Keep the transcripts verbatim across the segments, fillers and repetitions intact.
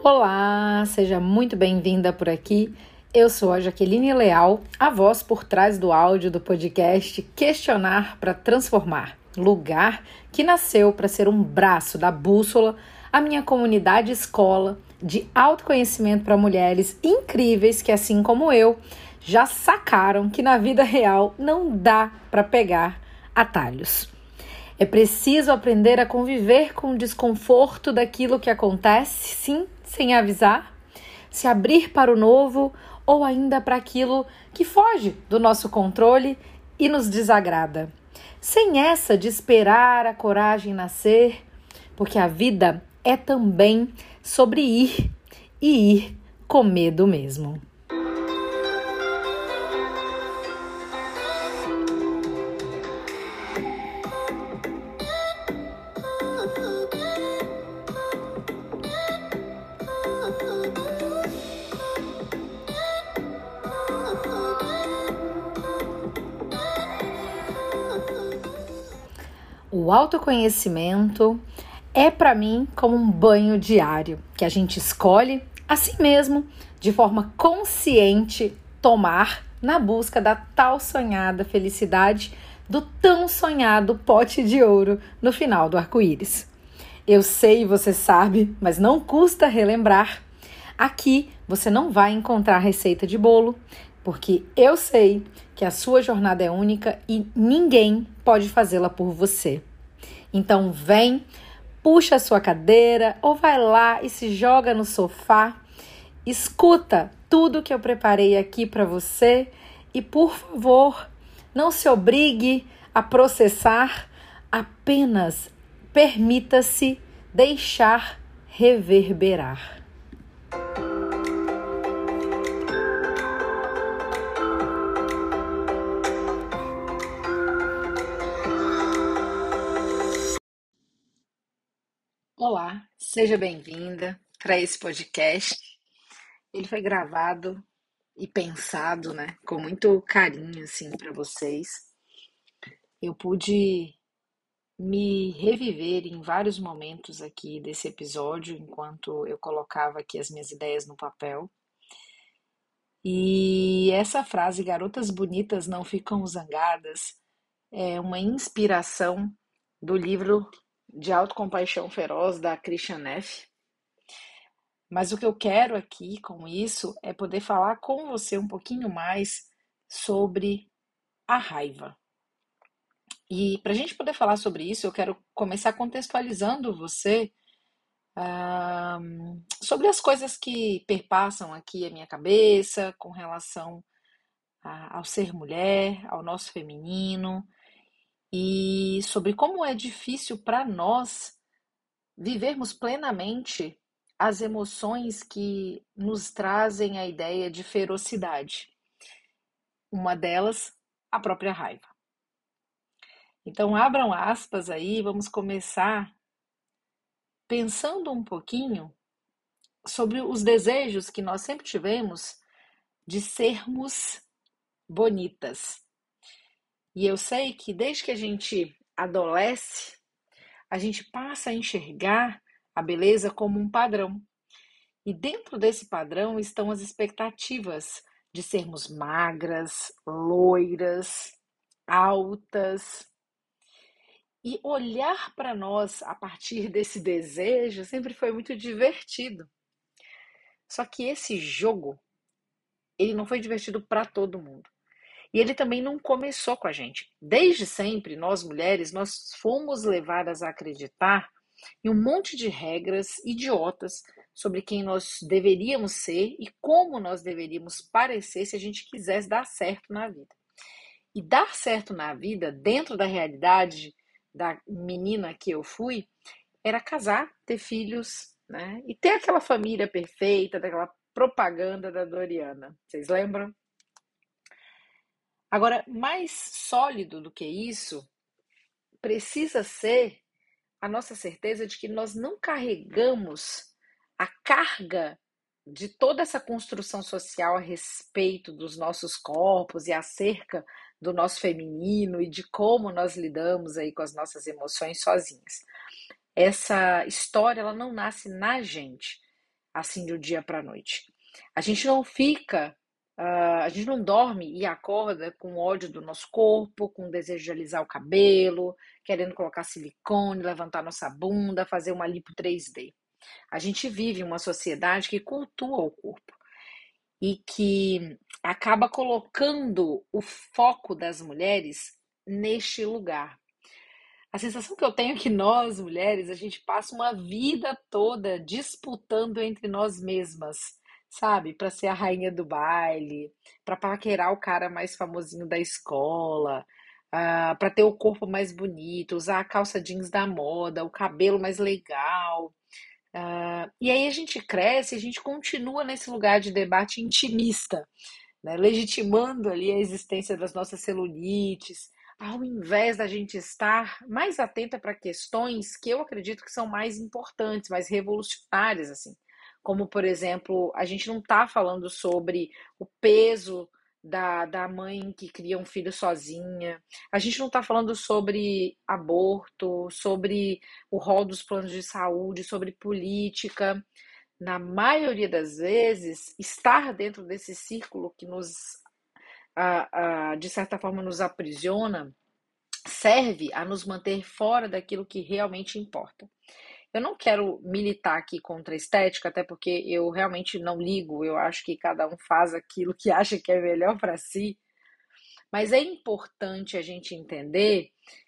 Olá, seja muito bem-vinda por aqui. Eu sou a Jaqueline Leal, a voz por trás do áudio do podcast Questionar para Transformar, lugar que nasceu para ser um braço da bússola, a minha comunidade escola de autoconhecimento para mulheres incríveis que, assim como eu, já sacaram que na vida real não dá para pegar atalhos. É preciso aprender a conviver com o desconforto daquilo que acontece, sim, sem avisar, se abrir para o novo ou ainda para aquilo que foge do nosso controle e nos desagrada. Sem essa de esperar a coragem nascer, porque a vida é também sobre ir e ir com medo mesmo. O autoconhecimento é para mim como um banho diário, que a gente escolhe a si mesmo, de forma consciente, tomar na busca da tal sonhada felicidade, do tão sonhado pote de ouro no final do arco-íris. Eu sei, você sabe, mas não custa relembrar. Aqui você não vai encontrar receita de bolo, porque eu sei que a sua jornada é única e ninguém pode fazê-la por você. Então vem, puxa a sua cadeira ou vai lá e se joga no sofá, escuta tudo que eu preparei aqui para você e, por favor, não se obrigue a processar, apenas permita-se deixar reverberar. Olá, seja bem-vinda para esse podcast. Ele foi gravado e pensado, né, com muito carinho, assim, para vocês. Eu pude me reviver em vários momentos aqui desse episódio, enquanto eu colocava aqui as minhas ideias no papel. E essa frase, garotas bonitas não ficam zangadas, é uma inspiração do livro de Autocompaixão Feroz, da Krishnaa Neff. Mas o que eu quero aqui com isso é poder falar com você um pouquinho mais sobre a raiva. E para a gente poder falar sobre isso, eu quero começar contextualizando você uh, sobre as coisas que perpassam aqui a minha cabeça com relação a, ao ser mulher, ao nosso feminino, e sobre como é difícil para nós vivermos plenamente as emoções que nos trazem a ideia de ferocidade. Uma delas, a própria raiva. Então, abram aspas aí, vamos começar pensando um pouquinho sobre os desejos que nós sempre tivemos de sermos bonitas. E eu sei que desde que a gente adolesce, a gente passa a enxergar a beleza como um padrão. E dentro desse padrão estão as expectativas de sermos magras, loiras, altas. E olhar para nós a partir desse desejo sempre foi muito divertido. Só que esse jogo, ele não foi divertido para todo mundo. E ele também não começou com a gente. Desde sempre, nós mulheres, nós fomos levadas a acreditar em um monte de regras idiotas sobre quem nós deveríamos ser e como nós deveríamos parecer se a gente quisesse dar certo na vida. E dar certo na vida, dentro da realidade da menina que eu fui, era casar, ter filhos, né? E ter aquela família perfeita, daquela propaganda da Doriana. Vocês lembram? Agora, mais sólido do que isso, precisa ser a nossa certeza de que nós não carregamos a carga de toda essa construção social a respeito dos nossos corpos e acerca do nosso feminino e de como nós lidamos aí com as nossas emoções sozinhas. Essa história, ela não nasce na gente. assim do dia para a noite. A gente não fica, ah, a gente não dorme e acorda com ódio do nosso corpo, com desejo de alisar o cabelo, querendo colocar silicone, levantar nossa bunda, fazer uma lipo três D. A gente vive uma sociedade que cultua o corpo e que acaba colocando o foco das mulheres neste lugar. A sensação que eu tenho é que nós, mulheres, a gente passa uma vida toda disputando entre nós mesmas, sabe? Para ser a rainha do baile, para paquerar o cara mais famosinho da escola, ah, para ter o corpo mais bonito, usar a calça jeans da moda, o cabelo mais legal. Ah, e aí a gente cresce e a gente continua nesse lugar de debate intimista, né, legitimando ali a existência das nossas celulites, ao invés da gente estar mais atenta para questões que eu acredito que são mais importantes, mais revolucionárias, assim. Como, por exemplo, a gente não está falando sobre o peso da, da mãe que cria um filho sozinha, a gente não está falando sobre aborto, sobre o rol dos planos de saúde, sobre política. Na maioria das vezes, estar dentro desse círculo que nos, a, a, de certa forma, nos aprisiona, serve a nos manter fora daquilo que realmente importa. Eu não quero militar aqui contra a estética, até porque eu realmente não ligo, eu acho que cada um faz aquilo que acha que é melhor para si, mas é importante a gente entender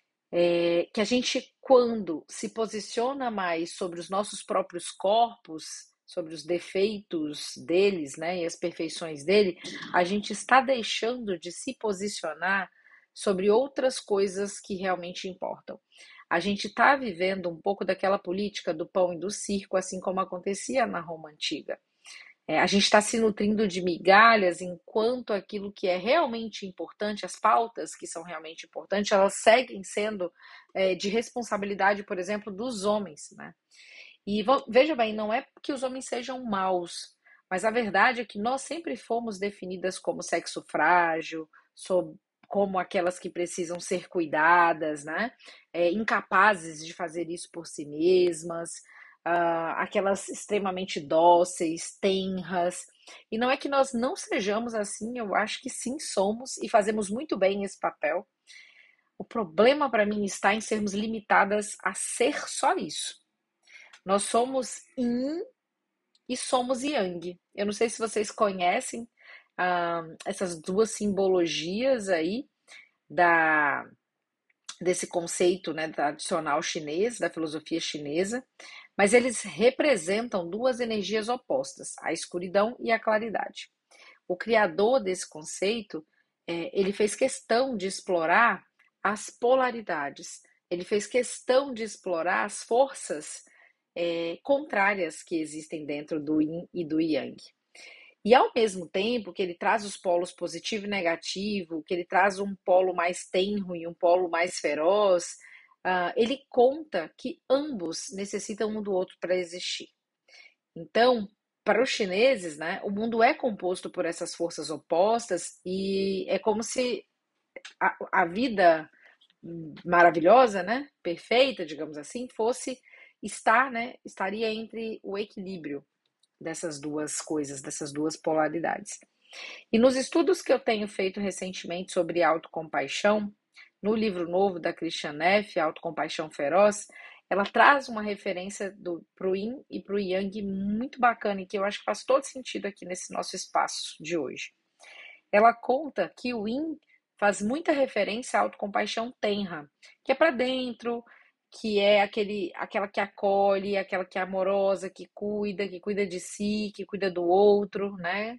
é, que a gente, quando se posiciona mais sobre os nossos próprios corpos, sobre os defeitos deles, né, e as perfeições dele, a gente está deixando de se posicionar sobre outras coisas que realmente importam. A gente está vivendo um pouco daquela política do pão e do circo, assim como acontecia na Roma Antiga. É, a gente está se nutrindo de migalhas enquanto aquilo que é realmente importante, as pautas que são realmente importantes, elas seguem sendo é, de responsabilidade, por exemplo, dos homens, né? E veja bem, não é que os homens sejam maus, mas a verdade é que nós sempre fomos definidas como sexo frágil, sob, como aquelas que precisam ser cuidadas, né? É, incapazes de fazer isso por si mesmas, ah, aquelas extremamente dóceis, tenras. E não é que nós não sejamos assim, eu acho que sim somos e fazemos muito bem esse papel. O problema para mim está em sermos limitadas a ser só isso. Nós somos yin e somos yang. Eu não sei se vocês conhecem ah, essas duas simbologias aí da, desse conceito, né, tradicional chinês, da filosofia chinesa, mas eles representam duas energias opostas, a escuridão e a claridade. O criador desse conceito, é, ele fez questão de explorar as polaridades, ele fez questão de explorar as forças é, contrárias que existem dentro do yin e do yang. E ao mesmo tempo que ele traz os polos positivo e negativo, que ele traz um polo mais tenro e um polo mais feroz, uh, ele conta que ambos necessitam um do outro para existir. Então, para os chineses, né, o mundo é composto por essas forças opostas e é como se a, a vida maravilhosa, né, perfeita, digamos assim, fosse estar, né, estaria entre o equilíbrio dessas duas coisas, dessas duas polaridades. E nos estudos que eu tenho feito recentemente sobre autocompaixão, no livro novo da Christian Neff, Autocompaixão Feroz, ela traz uma referência para o Yin e para o Yang muito bacana e que eu acho que faz todo sentido aqui nesse nosso espaço de hoje. Ela conta que o Yin faz muita referência à autocompaixão tenra, que é para dentro, que é aquele, aquela que acolhe, aquela que é amorosa, que cuida, que cuida de si, que cuida do outro, né?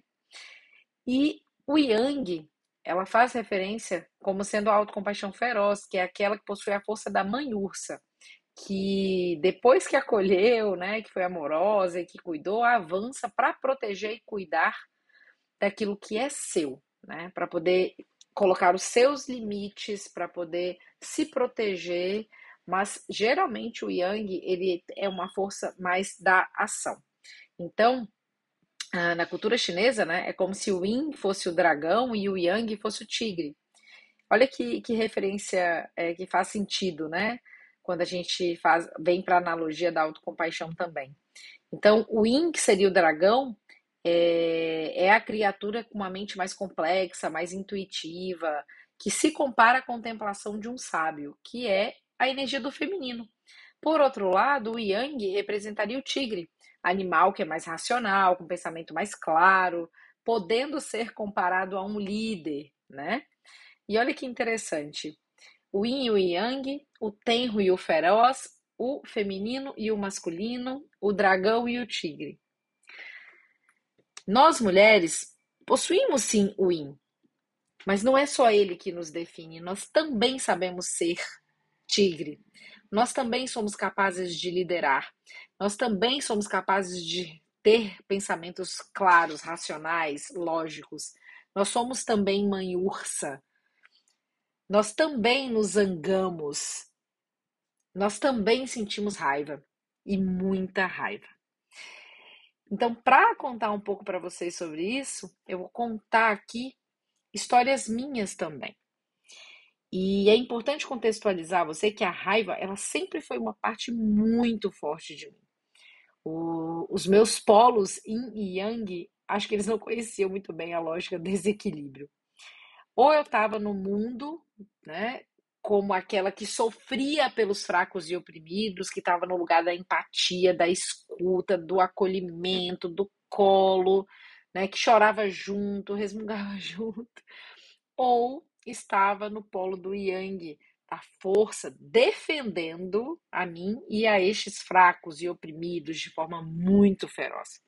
E o Yang, ela faz referência como sendo a autocompaixão feroz, que é aquela que possui a força da mãe ursa, que depois que acolheu, né, que foi amorosa e que cuidou, avança para proteger e cuidar daquilo que é seu, né, para poder colocar os seus limites, para poder se proteger, mas geralmente o Yang, ele é uma força mais da ação. Então, na cultura chinesa, né, é como se o Yin fosse o dragão e o Yang fosse o tigre. Olha que, que referência é, que faz sentido, né? Quando a gente faz, vem para a analogia da autocompaixão também. Então, o Yin, que seria o dragão, é, é a criatura com uma mente mais complexa, mais intuitiva, que se compara à contemplação de um sábio, que é a energia do feminino. Por outro lado, o Yang representaria o tigre, animal que é mais racional, com pensamento mais claro, podendo ser comparado a um líder, né? E olha que interessante. O yin e o yang, o tenro e o feroz, o feminino e o masculino, o dragão e o tigre. Nós mulheres possuímos sim o yin, mas não é só ele que nos define, nós também sabemos ser tigre. Nós também somos capazes de liderar. Nós também somos capazes de ter pensamentos claros, racionais, lógicos. Nós somos também mãe ursa. Nós também nos zangamos. Nós também sentimos raiva e muita raiva. Então, para contar um pouco para vocês sobre isso, eu vou contar aqui histórias minhas também. E é importante contextualizar você que a raiva, ela sempre foi uma parte muito forte de mim. O- os meus polos yin e yang, acho que eles não conheciam muito bem a lógica do desequilíbrio. Ou eu estava no mundo, né, como aquela que sofria pelos fracos e oprimidos, que estava no lugar da empatia, da escuta, do acolhimento, do colo, né, que chorava junto, resmungava junto, ou estava no polo do yang, da força, defendendo a mim e a estes fracos e oprimidos de forma muito feroz.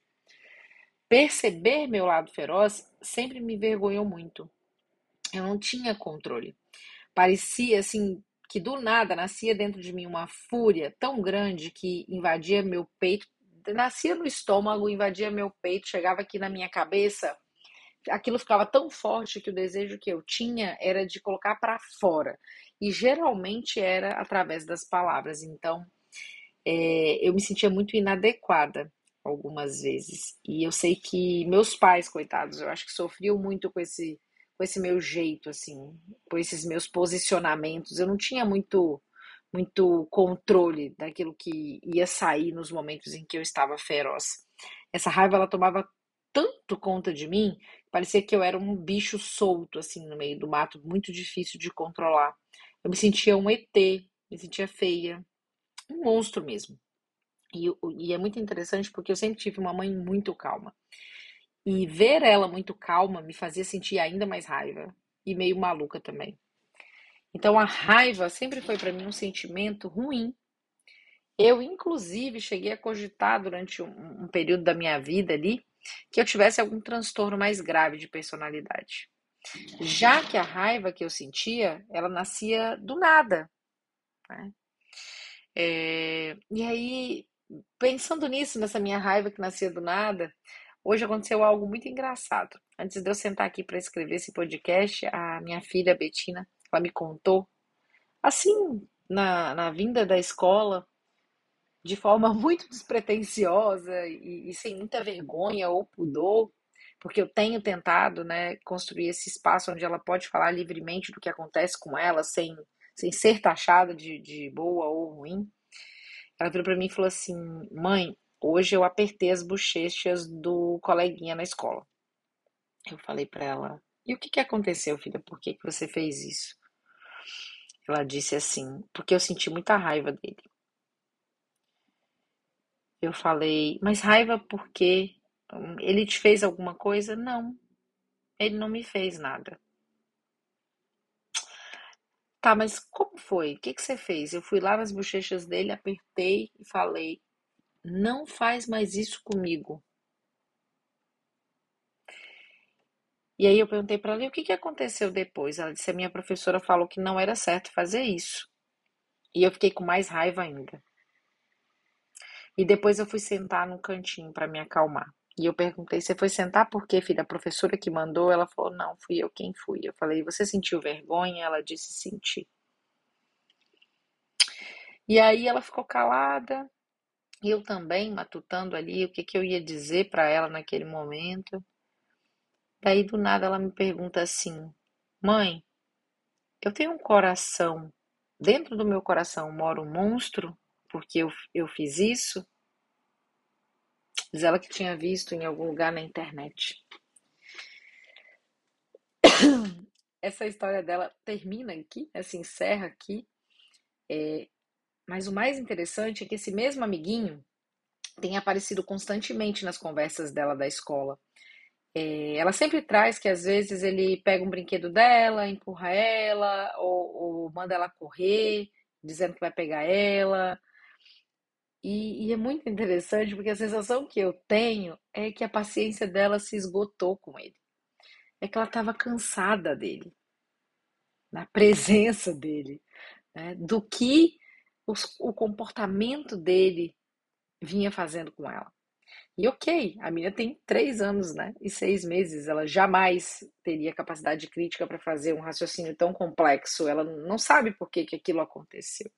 Perceber meu lado feroz sempre me envergonhou muito. Eu não tinha controle. Parecia assim que do nada nascia dentro de mim uma fúria tão grande que invadia meu peito, nascia no estômago, invadia meu peito, chegava aqui na minha cabeça. Aquilo ficava tão forte que o desejo que eu tinha era de colocar para fora. E geralmente era através das palavras. Então, é, eu me sentia muito inadequada algumas vezes. E eu sei que meus pais, coitados, eu acho que sofriam muito com esse, com esse meu jeito, assim, com esses meus posicionamentos. Eu não tinha muito, muito controle daquilo que ia sair nos momentos em que eu estava feroz. Essa raiva, ela tomava tanto conta de mim, parecia que eu era um bicho solto, assim, no meio do mato, muito difícil de controlar. Eu me sentia um E T, me sentia feia, um monstro mesmo. E, e é muito interessante porque eu sempre tive uma mãe muito calma. E ver ela muito calma me fazia sentir ainda mais raiva e meio maluca também. Então a raiva sempre foi para mim um sentimento ruim. Eu, inclusive, cheguei a cogitar durante um, um período da minha vida ali que eu tivesse algum transtorno mais grave de personalidade. Já que a raiva que eu sentia, ela nascia do nada, né? É, e aí, pensando nisso, nessa minha raiva que nascia do nada, hoje aconteceu algo muito engraçado. Antes de eu sentar aqui para escrever esse podcast, a minha filha Betina, ela me contou, assim, na, na vinda da escola, de forma muito despretensiosa e, e sem muita vergonha ou pudor, porque eu tenho tentado, né, construir esse espaço onde ela pode falar livremente do que acontece com ela, sem, sem ser taxada de, de boa ou ruim. Ela virou pra mim e falou assim: Mãe, hoje eu apertei as bochechas do coleguinha na escola. Eu falei pra ela: E o que que aconteceu, filha? Por que que você fez isso? Ela disse assim: Porque eu senti muita raiva dele. Eu falei: Mas raiva por quê? Ele te fez alguma coisa? Não, ele não me fez nada. Tá, mas como foi? O que que você fez? Eu fui lá nas bochechas dele, apertei e falei: Não faz mais isso comigo. E aí eu perguntei para ela, e o que que aconteceu depois? Ela disse, a minha professora falou que não era certo fazer isso. E eu fiquei com mais raiva ainda. E depois eu fui sentar num cantinho para me acalmar. E eu perguntei, você foi sentar por quê, filha? A professora que mandou? Ela falou, não, fui eu quem fui. Eu falei, você sentiu vergonha? Ela disse, senti. E aí ela ficou calada. E eu também, matutando ali o que que eu ia dizer para ela naquele momento. Daí do nada ela me pergunta assim, mãe, eu tenho um coração. Dentro do meu coração mora um monstro, porque eu, eu fiz isso? Diz ela que tinha visto em algum lugar na internet. Essa história dela termina aqui, né, se encerra aqui, mas o mais interessante é que esse mesmo amiguinho tem aparecido constantemente nas conversas dela da escola. É, ela sempre traz que às vezes ele pega um brinquedo dela, empurra ela, ou, ou manda ela correr, dizendo que vai pegar ela. E, e é muito interessante porque a sensação que eu tenho é que a paciência dela se esgotou com ele. É que ela estava cansada dele, da presença dele, né? Do que os- o comportamento dele vinha fazendo com ela. E ok, a menina tem três anos, né? E seis meses. Ela jamais teria capacidade crítica para fazer um raciocínio tão complexo. Ela não sabe por que, que aquilo aconteceu.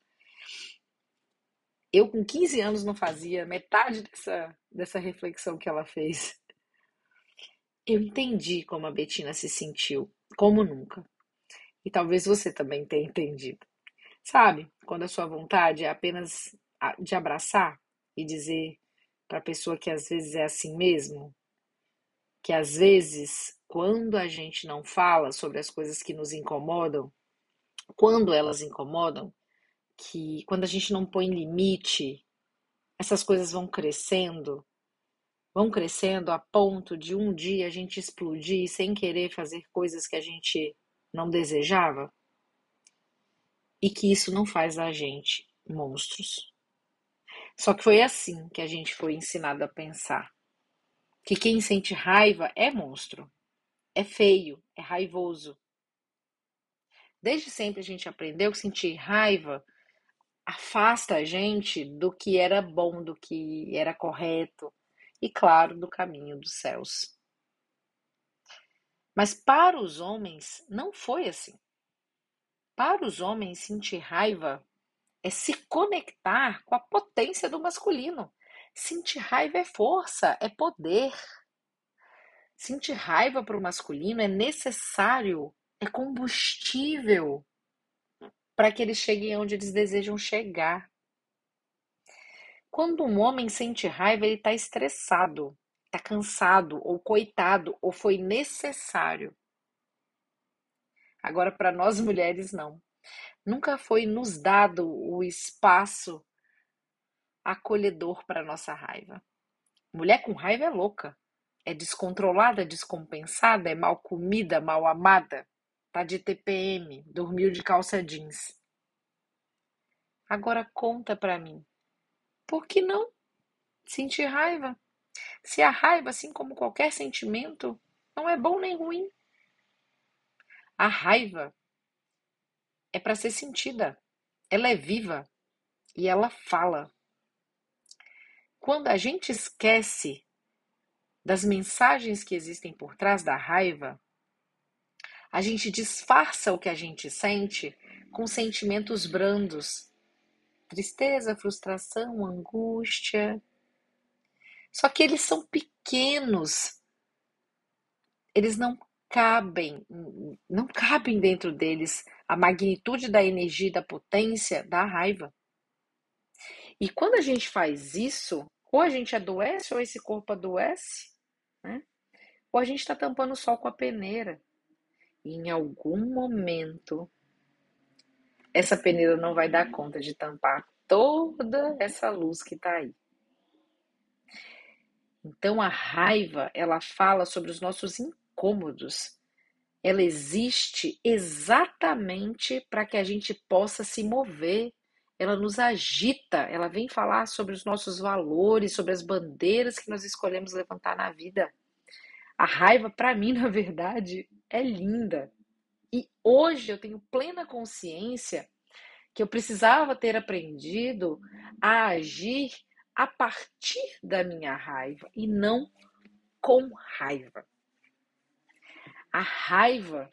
Eu, com quinze anos, não fazia metade dessa, dessa reflexão que ela fez. Eu entendi como a Betina se sentiu, como nunca. E talvez você também tenha entendido. Sabe, quando a sua vontade é apenas de abraçar e dizer para a pessoa que às vezes é assim mesmo, que às vezes, quando a gente não fala sobre as coisas que nos incomodam, quando elas incomodam, que quando a gente não põe limite, essas coisas vão crescendo, vão crescendo a ponto de um dia a gente explodir sem querer fazer coisas que a gente não desejava, e que isso não faz a gente monstros. Só que foi assim que a gente foi ensinado a pensar, que quem sente raiva é monstro, é feio, é raivoso. Desde sempre a gente aprendeu que sentir raiva afasta a gente do que era bom, do que era correto e, claro, do caminho dos céus. Mas para os homens não foi assim. Para os homens, sentir raiva é se conectar com a potência do masculino. Sentir raiva é força, é poder. Sentir raiva para o masculino é necessário, é combustível para que eles cheguem onde eles desejam chegar. Quando um homem sente raiva, ele está estressado, está cansado, ou coitado, ou foi necessário. Agora, para nós mulheres, não. Nunca foi nos dado o espaço acolhedor para nossa raiva. Mulher com raiva é louca, é descontrolada, descompensada, é mal comida, mal amada, tá de T P M, dormiu de calça jeans. Agora conta para mim, por que não sentir raiva? Se a raiva, assim como qualquer sentimento, não é bom nem ruim. A raiva é para ser sentida. Ela é viva e ela fala. Quando a gente esquece das mensagens que existem por trás da raiva, a gente disfarça o que a gente sente com sentimentos brandos. Tristeza, frustração, angústia. Só que eles são pequenos. Eles não cabem, não cabem dentro deles a magnitude da energia e da potência da raiva. E quando a gente faz isso, ou a gente adoece, ou esse corpo adoece, né? Ou a gente está tampando o sol com a peneira. E em algum momento, essa peneira não vai dar conta de tampar toda essa luz que está aí. Então a raiva, ela fala sobre os nossos incômodos. Ela existe exatamente para que a gente possa se mover. Ela nos agita, ela vem falar sobre os nossos valores, sobre as bandeiras que nós escolhemos levantar na vida. A raiva, para mim, na verdade, é linda. E hoje eu tenho plena consciência que eu precisava ter aprendido a agir a partir da minha raiva e não com raiva. A raiva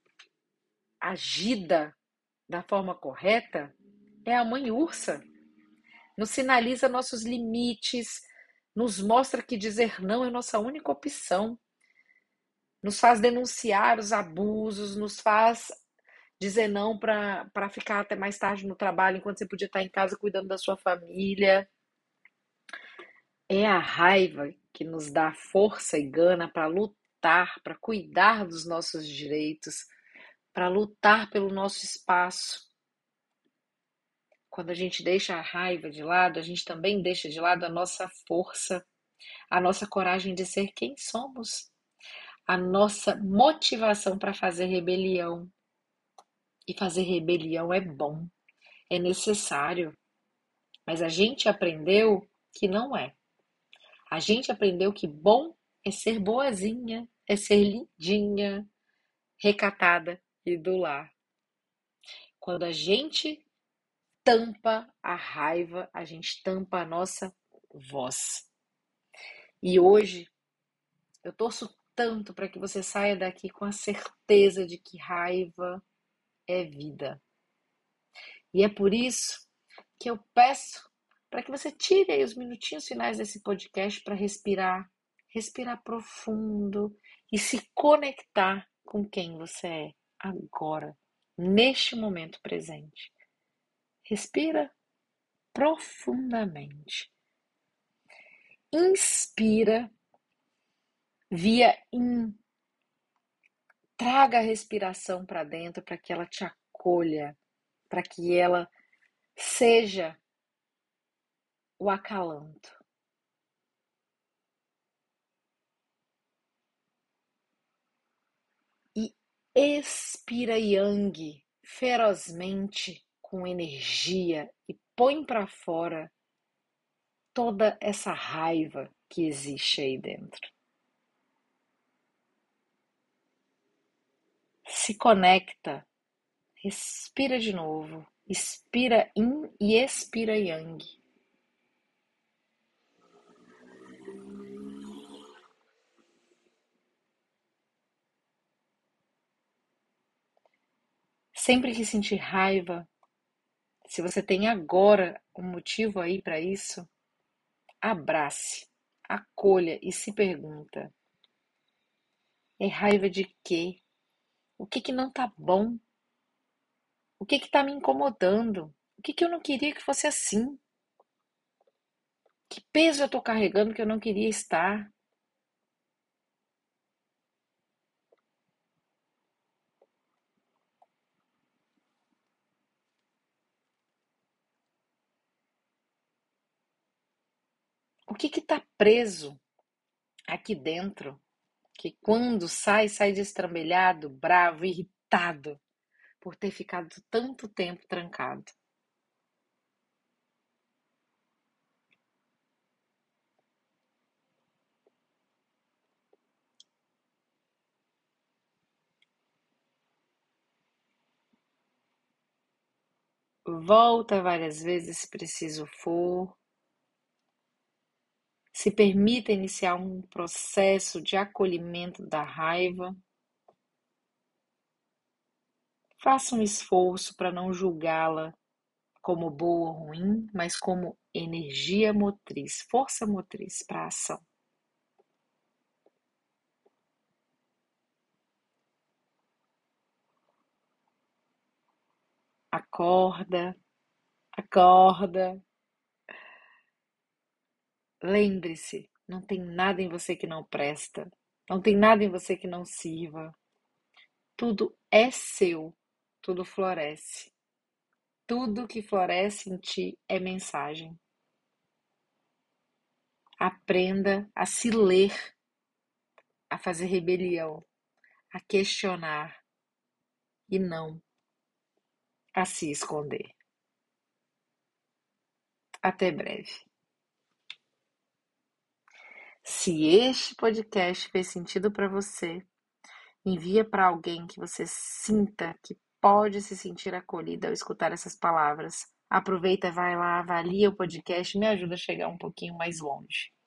agida da forma correta é a mãe ursa. Nos sinaliza nossos limites, nos mostra que dizer não é nossa única opção, nos faz denunciar os abusos, nos faz dizer não para ficar até mais tarde no trabalho enquanto você podia estar em casa cuidando da sua família. É a raiva que nos dá força e gana para lutar, para cuidar dos nossos direitos, para lutar pelo nosso espaço. Quando a gente deixa a raiva de lado, a gente também deixa de lado a nossa força, a nossa coragem de ser quem somos, a nossa motivação para fazer rebelião. E fazer rebelião é bom, é necessário, mas a gente aprendeu que não é. A gente aprendeu que bom é ser boazinha, é ser lindinha, recatada e do lar. Quando a gente tampa a raiva, a gente tampa a nossa voz. E hoje eu torço tanto para que você saia daqui com a certeza de que raiva é vida. E é por isso que eu peço para que você tire aí os minutinhos finais desse podcast para respirar, respirar profundo e se conectar com quem você é agora, neste momento presente. Respira profundamente. Inspira via in. Traga a respiração para dentro para que ela te acolha, para que ela seja o acalanto. E expira yang ferozmente, com energia, e põe para fora toda essa raiva que existe aí dentro. Se conecta, respira de novo, expira yin e expira yang. Sempre que sentir raiva, se você tem agora um motivo aí para isso, abrace, acolha e se pergunta: é raiva de quê? O que que não tá bom? O que que tá me incomodando? O que que eu não queria que fosse assim? Que peso eu tô carregando que eu não queria estar? O que que tá preso aqui dentro? Que quando sai, sai destrambelhado, bravo, irritado por ter ficado tanto tempo trancado. Volta várias vezes se preciso for. Se permita iniciar um processo de acolhimento da raiva. Faça um esforço para não julgá-la como boa ou ruim, mas como energia motriz, força motriz para a ação. Acorda, acorda. Lembre-se, não tem nada em você que não presta. Não tem nada em você que não sirva. Tudo é seu, tudo floresce. Tudo que floresce em ti é mensagem. Aprenda a se ler, a fazer rebelião, a questionar e não a se esconder. Até breve. Se este podcast fez sentido para você, envia para alguém que você sinta que pode se sentir acolhida ao escutar essas palavras. Aproveita, vai lá, avalia o podcast e me ajuda a chegar um pouquinho mais longe.